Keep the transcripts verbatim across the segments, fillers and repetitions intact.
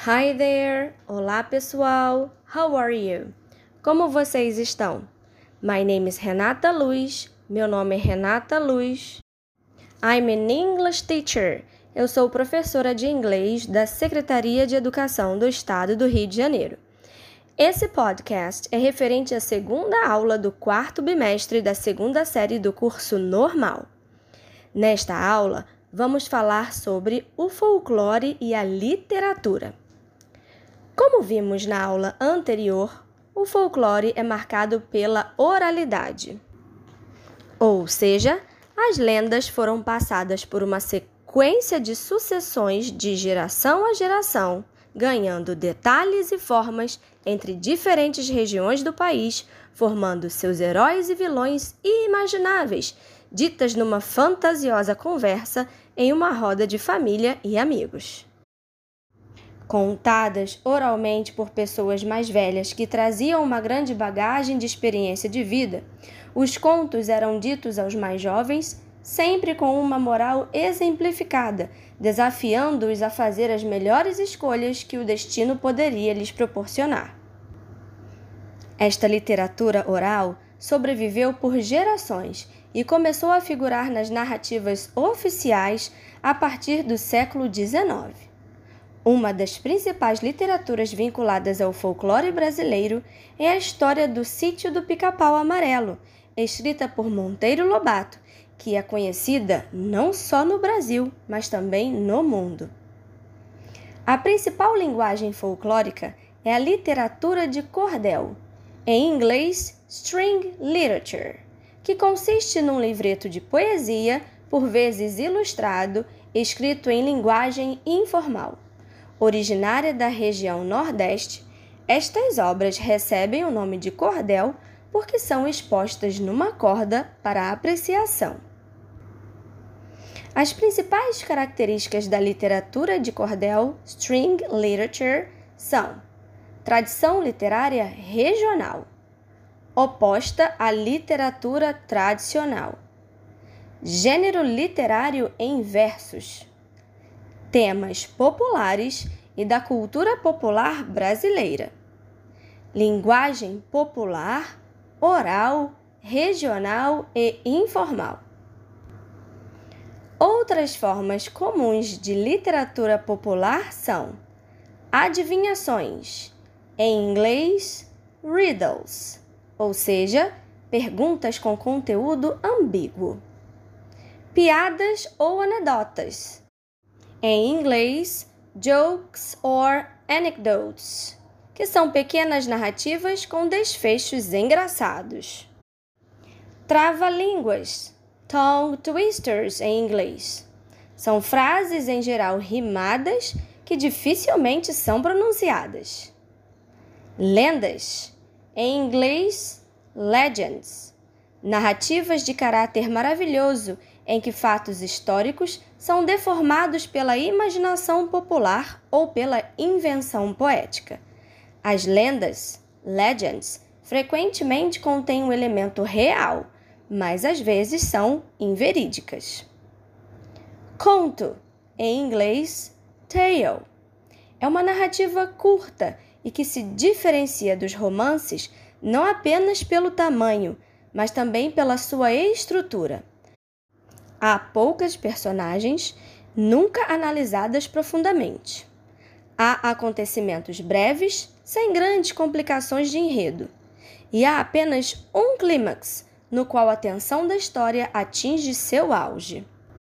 Hi there! Olá pessoal! How are you? Como vocês estão? My name is Renata Luz. Meu nome é Renata Luz. I'm an English teacher. Eu sou professora de inglês da Secretaria de Educação do Estado do Rio de Janeiro. Esse podcast é referente à segunda aula do quarto bimestre da segunda série do curso normal. Nesta aula, vamos falar sobre o folclore e a literatura. Como vimos na aula anterior, o folclore é marcado pela oralidade. Ou seja, as lendas foram passadas por uma sequência de sucessões de geração a geração, ganhando detalhes e formas entre diferentes regiões do país, formando seus heróis e vilões inimagináveis, ditas numa fantasiosa conversa em uma roda de família e amigos. Contadas oralmente por pessoas mais velhas que traziam uma grande bagagem de experiência de vida, os contos eram ditos aos mais jovens, sempre com uma moral exemplificada, desafiando-os a fazer as melhores escolhas que o destino poderia lhes proporcionar. Esta literatura oral sobreviveu por gerações e começou a figurar nas narrativas oficiais a partir do século dezenove. Uma das principais literaturas vinculadas ao folclore brasileiro é a história do Sítio do Pica-Pau Amarelo, escrita por Monteiro Lobato, que é conhecida não só no Brasil, mas também no mundo. A principal linguagem folclórica é a literatura de cordel, em inglês string literature, que consiste num livreto de poesia, por vezes ilustrado, escrito em linguagem informal. Originária da região Nordeste, estas obras recebem o nome de cordel porque são expostas numa corda para apreciação. As principais características da literatura de cordel, string literature, são tradição literária regional, oposta à literatura tradicional, gênero literário em versos, temas populares e da cultura popular brasileira, linguagem popular, oral, regional e informal. Outras formas comuns de literatura popular são adivinhações, em inglês riddles, ou seja, perguntas com conteúdo ambíguo, piadas ou anedotas, em inglês, jokes or anecdotes, que são pequenas narrativas com desfechos engraçados. Trava-línguas, tongue twisters em inglês, são frases em geral rimadas que dificilmente são pronunciadas. Lendas, em inglês, legends, narrativas de caráter maravilhoso em que fatos históricos são deformados pela imaginação popular ou pela invenção poética. As lendas, legends, frequentemente contêm um elemento real, mas às vezes são inverídicas. Conto, em inglês, tale, é uma narrativa curta e que se diferencia dos romances não apenas pelo tamanho, mas também pela sua estrutura. Há poucas personagens, nunca analisadas profundamente. Há acontecimentos breves, sem grandes complicações de enredo. E há apenas um clímax, no qual a tensão da história atinge seu auge.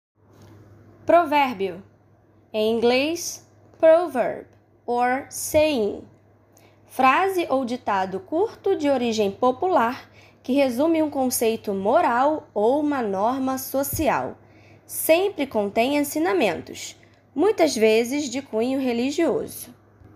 Provérbio, em inglês, proverb, or saying, frase ou ditado curto de origem popular que resume um conceito moral ou uma norma social. Sempre contém ensinamentos, muitas vezes de cunho religioso.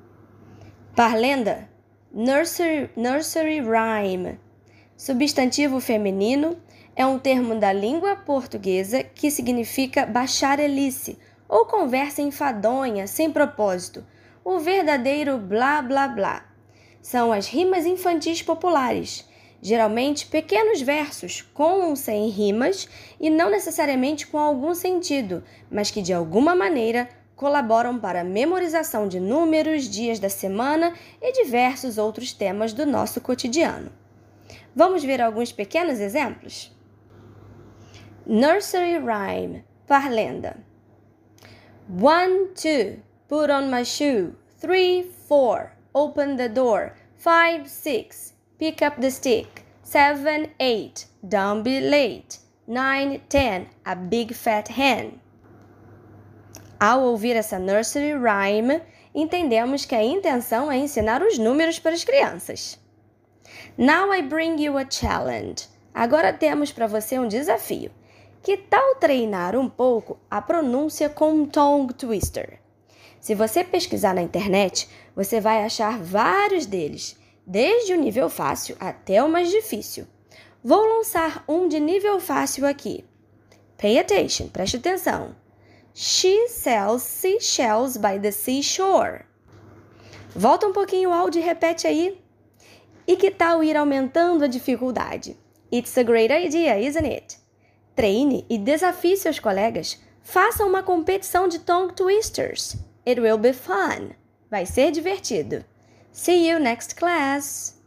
Parlenda, nursery, nursery rhyme, substantivo feminino, é um termo da língua portuguesa que significa bacharelice ou conversa enfadonha, sem propósito, o verdadeiro blá blá blá. São as rimas infantis populares, geralmente pequenos versos com ou sem rimas e não necessariamente com algum sentido, mas que de alguma maneira colaboram para a memorização de números, dias da semana e diversos outros temas do nosso cotidiano. Vamos ver alguns pequenos exemplos? Nursery rhyme, parlenda. One, two, put on my shoe. Three, four, open the door. Five, six, pick up the stick. Seven, eight, don't be late. Nine, ten, a big fat hen. Ao ouvir essa nursery rhyme, entendemos que a intenção é ensinar os números para as crianças. Now I bring you a challenge. Agora temos para você um desafio. Que tal treinar um pouco a pronúncia com um tongue twister? Se você pesquisar na internet, você vai achar vários deles, desde o nível fácil até o mais difícil. Vou lançar um de nível fácil aqui. Pay attention, preste atenção. She sells seashells by the seashore. Volta um pouquinho o áudio e repete aí. E que tal ir aumentando a dificuldade? It's a great idea, isn't it? Treine e desafie seus colegas. Faça uma competição de tongue twisters. It will be fun. Vai ser divertido. See you next class.